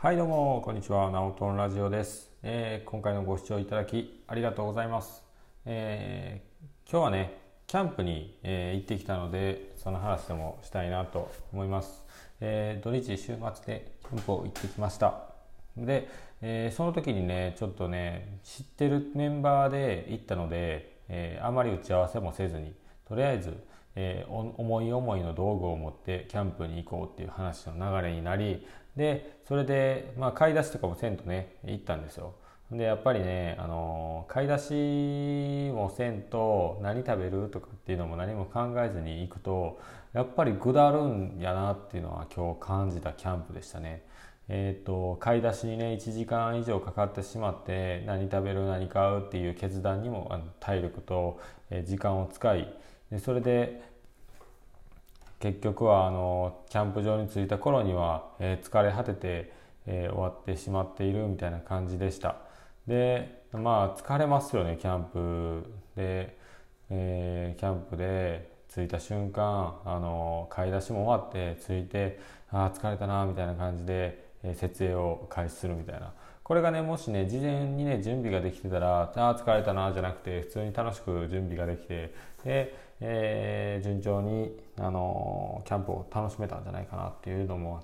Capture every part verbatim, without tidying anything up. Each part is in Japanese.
はいどうもこんにちは、ナオトンラジオです、えー今回のご視聴いただきありがとうございます。えー今日はねキャンプに、えー行ってきたのでその話でもしたいなと思います。えー土日週末でキャンプを行ってきました。で、えーその時にねちょっとね知ってるメンバーで行ったので、えーあまり打ち合わせもせずにとりあえず、えー思い思いの道具を持ってキャンプに行こうっていう話の流れになり、でそれで、まあ、買い出しとかもせんとね行ったんですよ。でやっぱりね、あの買い出しもせんと何食べるとかっていうのも何も考えずに行くとやっぱりぐだるんやなっていうのは今日感じたキャンプでしたね。えー、と買い出しにねいちじかん以上かかってしまって何食べる何買うっていう決断にもあの体力と、えー時間を使い、でそれで結局はあのキャンプ場に着いた頃には、えー疲れ果てて、えー終わってしまっているみたいな感じでした。でまあ疲れますよねキャンプで、えーキャンプで着いた瞬間あの買い出しも終わって着いてあー疲れたなみたいな感じで、えー設営を開始するみたいな。これがねもしね事前にね準備ができてたらあー疲れたなじゃなくて普通に楽しく準備ができて、で、えー順調に、あのーキャンプを楽しめたんじゃないかなっていうのもあって、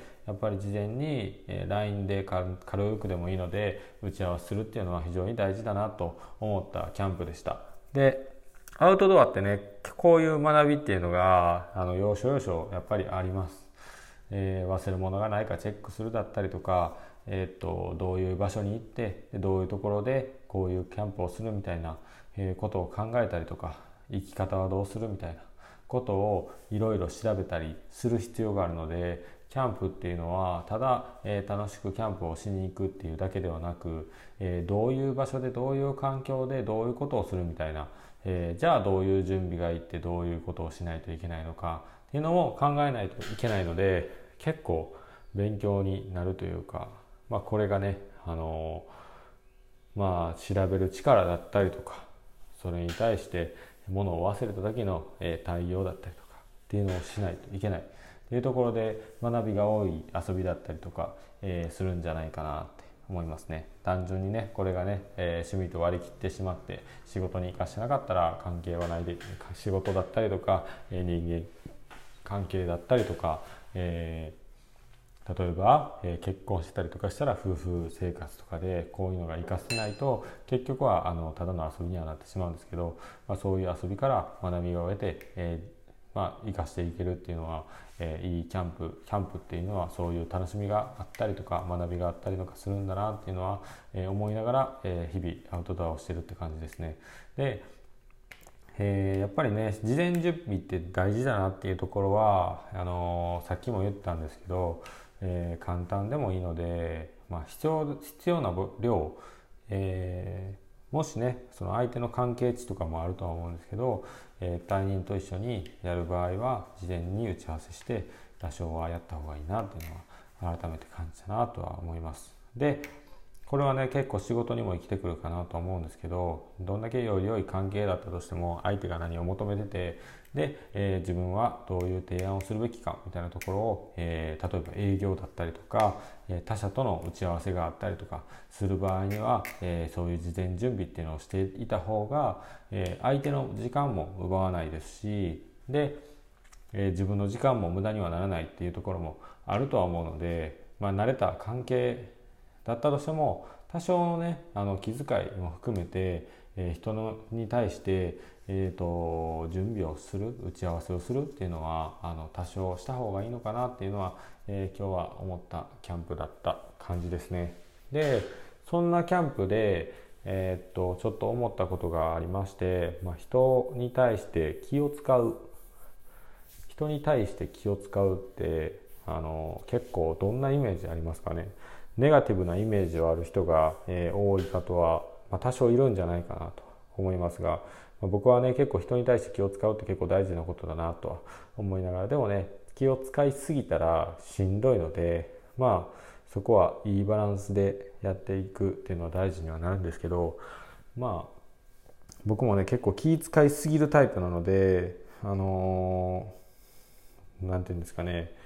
やっぱり事前に、えー ライン で軽くでもいいので打ち合わせするっていうのは非常に大事だなと思ったキャンプでした。でアウトドアってねこういう学びっていうのがあの要所要所やっぱりあります。えー忘れ物がないかチェックするだったりとか、えー、とどういう場所に行ってどういうところでこういうキャンプをするみたいな、えーことを考えたりとか、生き方はどうするみたいなことをいろいろ調べたりする必要があるので、キャンプっていうのはただ、えー楽しくキャンプをしに行くっていうだけではなく、えーどういう場所でどういう環境でどういうことをするみたいな、えーじゃあどういう準備がいってどういうことをしないといけないのかっていうのも考えないといけないので、結構勉強になるというか、まあ、これがね、あのまあ、調べる力だったりとか、それに対して物を忘れた時のえ対応だったりとかっていうのをしないといけないっていうところで学びが多い遊びだったりとか、えーするんじゃないかなって思いますね。単純にねこれがね、えー趣味と割り切ってしまって仕事に生かしてなかったら関係はないで、仕事だったりとか、えー人間関係だったりとか、えー例えば、えー結婚してたりとかしたら夫婦生活とかでこういうのが活かせないと結局はあのただの遊びにはなってしまうんですけど、まあ、そういう遊びから学びを得て、えーまあ、生かしていけるっていうのは、えーいいキャンプキャンプっていうのはそういう楽しみがあったりとか学びがあったりとかするんだなっていうのは、えー思いながら、えー日々アウトドアをしてるって感じですね。でえーやっぱりね事前準備って大事だなっていうところはあのーさっきも言ったんですけど、えー簡単でもいいので、まあ、必要必要な量、えーもしねその相手の関係値とかもあるとは思うんですけど、えー他人と一緒にやる場合は事前に打ち合わせして多少はやった方がいいなっていうのは改めて感じたなとは思います。でこれはね結構仕事にも生きてくるかなと思うんですけど、どんだけより良い関係だったとしても相手が何を求めててで、えー自分はどういう提案をするべきかみたいなところを、えー例えば営業だったりとか、えー他者との打ち合わせがあったりとかする場合には、えーそういう事前準備っていうのをしていた方が、えー相手の時間も奪わないですし、で、えー自分の時間も無駄にはならないっていうところもあるとは思うので、まあ、慣れた関係だったとしても多少のねあの気遣いも含めて、えー人のに対して、えー、と準備をする打ち合わせをするっていうのはあの多少した方がいいのかなっていうのは、えー今日は思ったキャンプだった感じですね。でそんなキャンプで、えー、とちょっと思ったことがありまして、まあ、人に対して気を使う人に対して気を使うってあの結構どんなイメージありますかね。ネガティブなイメージをある人が、えー多い方は、まあ、多少いるんじゃないかなと思いますが、まあ、僕はね結構人に対して気を使うって結構大事なことだなとは思いながら、でもね気を使いすぎたらしんどいので、まあそこはいいバランスでやっていくっていうのは大事にはなるんですけど、まあ僕もね結構気使いすぎるタイプなので、あのーなんていうんですかね、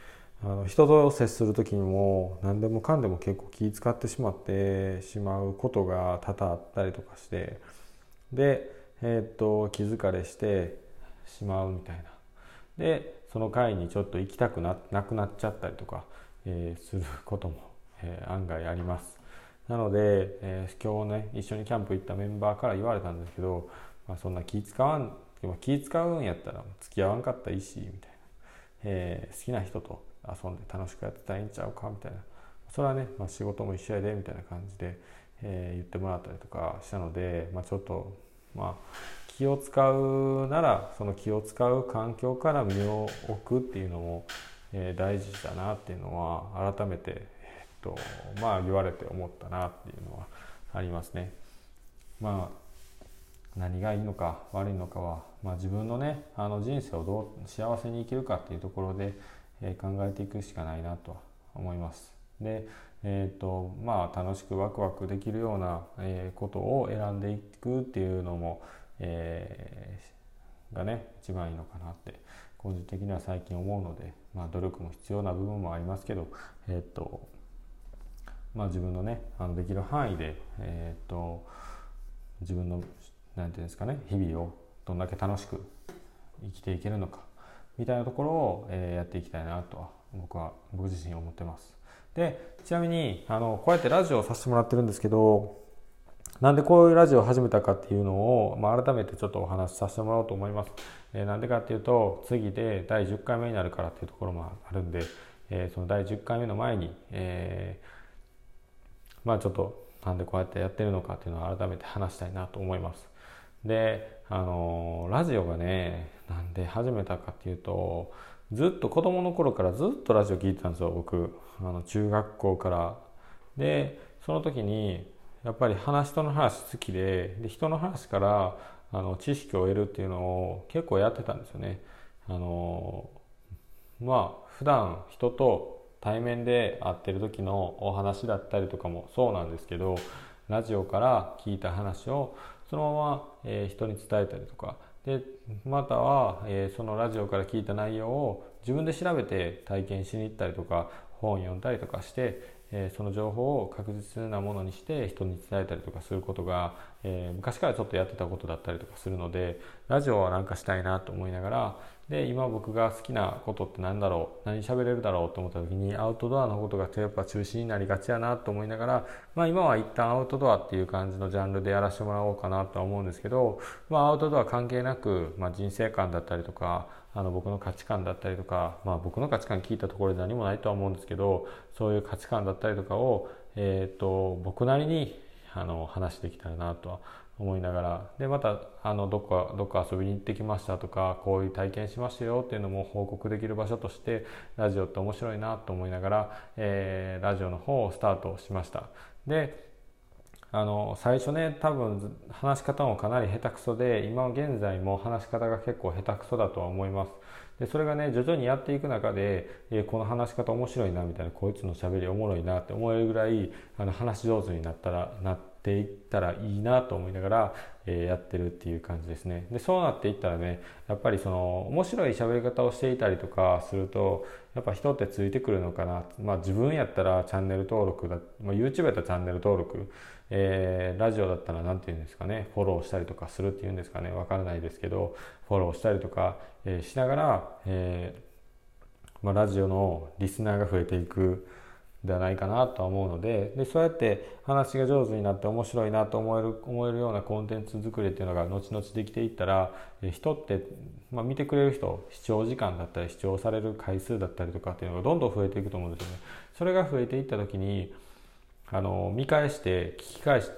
あの人と接する時にも何でもかんでも結構気使ってしまってしまうことが多々あったりとかして、で、えー、っと気疲れしてしまうみたいな。でその会にちょっと行きたく な, なくなっちゃったりとか、えー、することも、えー、案外あります。なので、えー、今日ね一緒にキャンプ行ったメンバーから言われたんですけど、まあ、そんな気使わん気使うんやったら付き合わんかったらいいしみたいな、えー、好きな人と遊んで楽しくやってたらいいんちゃうかみたいな、それはね、まあ、仕事も一緒やでみたいな感じで、えー、言ってもらったりとかしたので、まあ、ちょっとまあ気を使うならその気を使う環境から身を置くっていうのも、えー、大事だなっていうのは改めて、えっとまあ、言われて思ったなっていうのはありますね。まあ何がいいのか悪いのかは、まあ、自分のねあの人生をどう幸せに生きるかっていうところで、えー、考えていくしかないなとは思います。で、えーとまあ、楽しくワクワクできるような、えー、ことを選んでいくっていうのも、えー、がね一番いいのかなって個人的には最近思うので、まあ、努力も必要な部分もありますけど、えーとまあ、自分のねあのできる範囲で、えーと自分のなんていうんですかね、日々をどんだけ楽しく生きていけるのかみたいなところを、えー、やっていきたいなとは僕は僕自身思ってます。でちなみにあのこうやってラジオをさせてもらってるんですけど、なんでこういうラジオを始めたかっていうのを、まあ、改めてちょっとお話しさせてもらおうと思います。えー、なんでかっていうと次でだいじゅっかいめになるからっていうところもあるんで、えー、そのだいじゅっかいめの前に、えー、まあちょっとなんでこうやってやってるのかっていうのを改めて話したいなと思います。で、あのラジオがねなんで始めたかっていうと、ずっと子供の頃からずっとラジオ聞いてたんですよ僕。あの中学校からで、その時にやっぱり話人の話好きで、で人の話からあの知識を得るっていうのを結構やってたんですよね。あのまあ普段人と対面で会ってる時のお話だったりとかもそうなんですけど、ラジオから聞いた話をそのまま、えー、人に伝えたりとかで、または、えー、そのラジオから聞いた内容を自分で調べて体験しに行ったりとか本読んだりとかして、えー、その情報を確実なものにして人に伝えたりとかすることが、えー、昔からちょっとやってたことだったりとかするので、ラジオはなんかしたいなと思いながら、で今僕が好きなことって何だろう、何喋れるだろうと思った時にアウトドアのことがやっぱ中心になりがちやなと思いながら、まあ、今は一旦アウトドアっていう感じのジャンルでやらせてもらおうかなとは思うんですけど、まあ、アウトドア関係なく、まあ、人生観だったりとかあの僕の価値観だったりとか、まあ、僕の価値観聞いたところで何もないとは思うんですけど、そういう価値観だったりとかを、えー、と僕なりにあの話していきたいなとは思いながら、でまたあのどこかどっか遊びに行ってきましたとか、こういう体験しましたよっていうのも報告できる場所としてラジオって面白いなと思いながら、えー、ラジオの方をスタートしました。であの最初ね多分話し方もかなり下手くそで、今現在も話し方が結構下手くそだとは思います。でそれがね徐々にやっていく中で、えー、この話し方面白いなみたいな、こいつの喋りおもろいなって思えるぐらいあの話し上手になったらなっていったらいいなと思いながら、えー、やってるっていう感じですね。でそうなっていったらね、やっぱりその面白い喋り方をしていたりとかするとやっぱ人ってついてくるのかな。まあ自分やったらチャンネル登録だ、まあ、YouTube やったらチャンネル登録、えー、ラジオだったら何て言うんですかね、フォローしたりとかするっていうんですかね、わからないですけどフォローしたりとか、えー、しながら、えーまあ、ラジオのリスナーが増えていくではないかなとは思うので、でそうやって話が上手になって面白いなと思える思えるようなコンテンツ作りっていうのが後々できていったら、人って、まあ、見てくれる人、視聴時間だったり視聴される回数だったりとかっていうのがどんどん増えていくと思うんですよね。それが増えていった時にあの見返して聞き返して、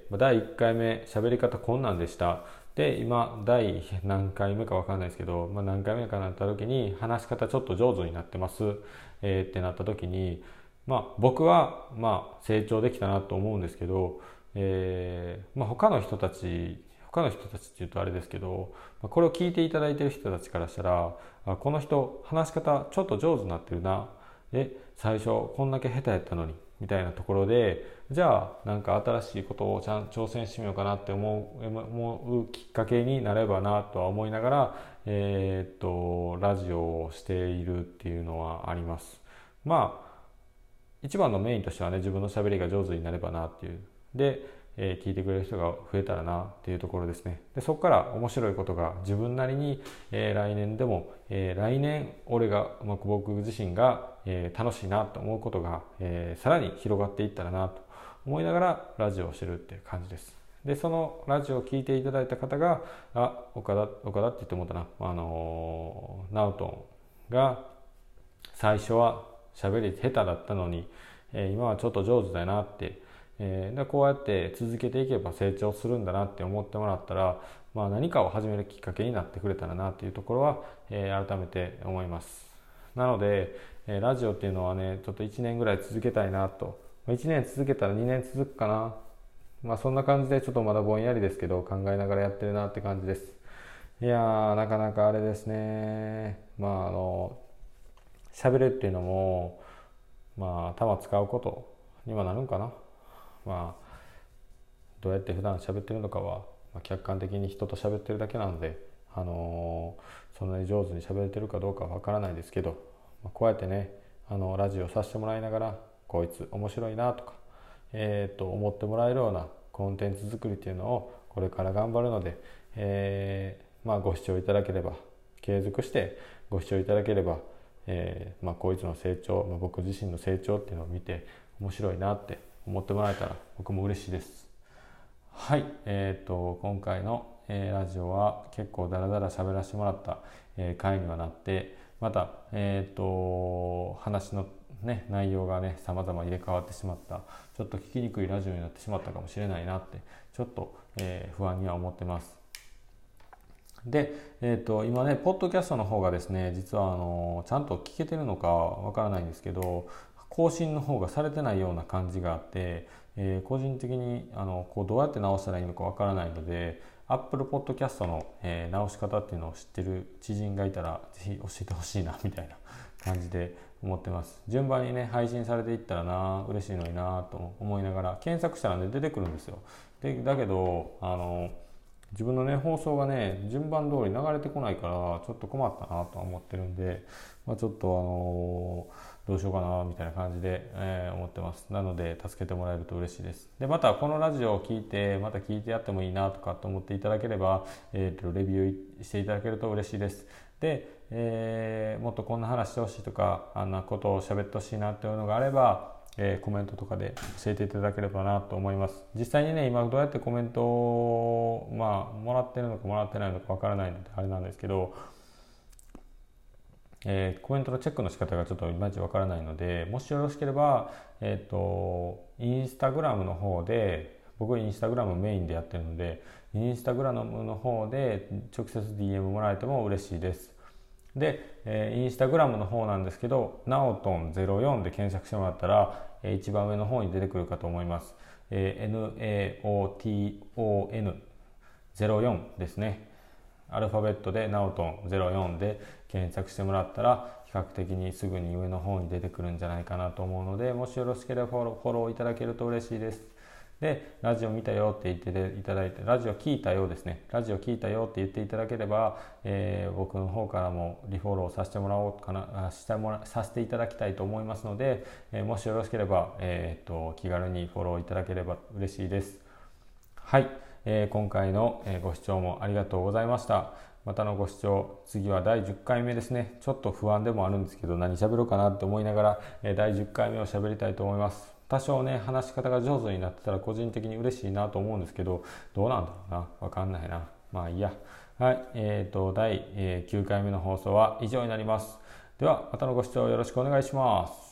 だいいっかいめ喋り方こんなんでした、で今第何回目か分かんないですけど、まあ、何回目かなった時に話し方ちょっと上手になってます、えー、ってなった時に、まあ、僕はまあ成長できたなと思うんですけど、えーまあ、他の人たち他の人たちっていうとあれですけど、これを聞いていただいている人たちからしたら、あこの人話し方ちょっと上手になってるな、え最初こんだけ下手やったのにみたいなところで、じゃあなんか新しいことをちゃん挑戦してみようかなって思う、思うきっかけになればなとは思いながら、えー、っとラジオをしているっていうのはあります。 まあ一番のメインとしてはね、自分の喋りが上手になればなっていうで、えー、聞いてくれる人が増えたらなっていうところですね。でそこから面白いことが自分なりに、えー、来年でも、えー、来年俺が、まあ、僕自身が、えー、楽しいなと思うことが、えー、さらに広がっていったらなと思いながらラジオをしてるっていう感じです。でそのラジオを聞いていただいた方が、あ、岡田岡田って言ってもったな、あのー、ナオトンが最初は喋り下手だったのに、えー、今はちょっと上手だなって、えー、でこうやって続けていけば成長するんだなって思ってもらったら、まあ、何かを始めるきっかけになってくれたらなっていうところは、えー、改めて思います。なので、えー、ラジオっていうのはね、ちょっといちねんぐらい続けたいなと。いちねん続けたらにねん続くかな、まあそんな感じでちょっとまだぼんやりですけど考えながらやってるなって感じです。いやー、なかなかあれですね。まああの喋るっていうのもまあ頭使うことにはなるんかな。まあどうやって普段喋ってるのかは、まあ、客観的に人と喋ってるだけなので、あのー、そんなに上手に喋れてるかどうかはわからないですけど、まあ、こうやってね、あのラジオさせてもらいながらこいつ面白いなとか、えー、と思ってもらえるようなコンテンツ作りっていうのをこれから頑張るので、えーまあ、ご視聴いただければ、継続してご視聴いただければ、えーまあ、こいつの成長、まあ、僕自身の成長っていうのを見て面白いなって思ってもらえたら僕も嬉しいです。はい、えー、と今回の、えー、ラジオは結構ダラダラ喋らせてもらった、えー、回にはなって、また、えー、と話の、ね、内容がね様々入れ替わってしまった、ちょっと聞きにくいラジオになってしまったかもしれないなってちょっと、えー、不安には思ってます。で、えー、と今ねポッドキャストの方がですね、実はあのちゃんと聞けてるのかわからないんですけど、更新の方がされてないような感じがあって、えー、個人的にあのこうどうやって直したらいいのかわからないので、 Apple Podcast の、えー、直し方っていうのを知ってる知人がいたらぜひ教えてほしいなみたいな感じで思ってます。順番にね配信されていったらな嬉しいのになと思いながら検索したらね出てくるんですよ。でだけどあの自分のね放送がね順番通り流れてこないからちょっと困ったなと思ってるんで、まあ、ちょっとあのー、どうしようかなみたいな感じで、えー、思ってます。なので助けてもらえると嬉しいです。でまたこのラジオを聞いてまた聞いてやってもいいなとかと思っていただければ、えー、とレビューしていただけると嬉しいです。で、えー、もっとこんな話してほしいとかあんなことを喋ってほしいなっていうのがあれば、えー、コメントとかで教えていただければなと思います。実際にね今どうやってコメントを、まあ、もらってるのかもらってないのかわからないのであれなんですけど、えー、コメントのチェックの仕方がちょっといまいちわからないので、もしよろしければ、えーと、インスタグラムの方で、僕インスタグラムメインでやってるので、インスタグラムの方で直接 ディーエム もらえても嬉しいです。で、えー、インスタグラムの方なんですけど、ナオトンゼロよんで検索してもらったら、えー、一番上の方に出てくるかと思います。えー、エヌエーオーティーオーエヌゼロよん ですね。アルファベットでナオトンゼロよんで検索してもらったら比較的にすぐに上の方に出てくるんじゃないかなと思うので、もしよろしければフォロー、フォローいただけると嬉しいです。で、ラジオ見たよって言っていただいて、ラジオ聞いたよですね。ラジオ聞いたよって言っていただければ、えー、僕の方からもリフォローさせてもらおうかな、してもらさせていただきたいと思いますので、えー、もしよろしければ、えー、と気軽にフォローいただければ嬉しいです。はい、えー、今回のご視聴もありがとうございました。またのご視聴、次はだいじゅっかいめですね。ちょっと不安でもあるんですけど、何喋ろうかなって思いながらだいじゅっかいめを喋りたいと思います。多少ね話し方が上手になってたら個人的に嬉しいなと思うんですけど、どうなんだろうな、わかんないな。まあいいや。はい、えーとだいきゅうかいめの放送は以上になります。ではまたのご視聴よろしくお願いします。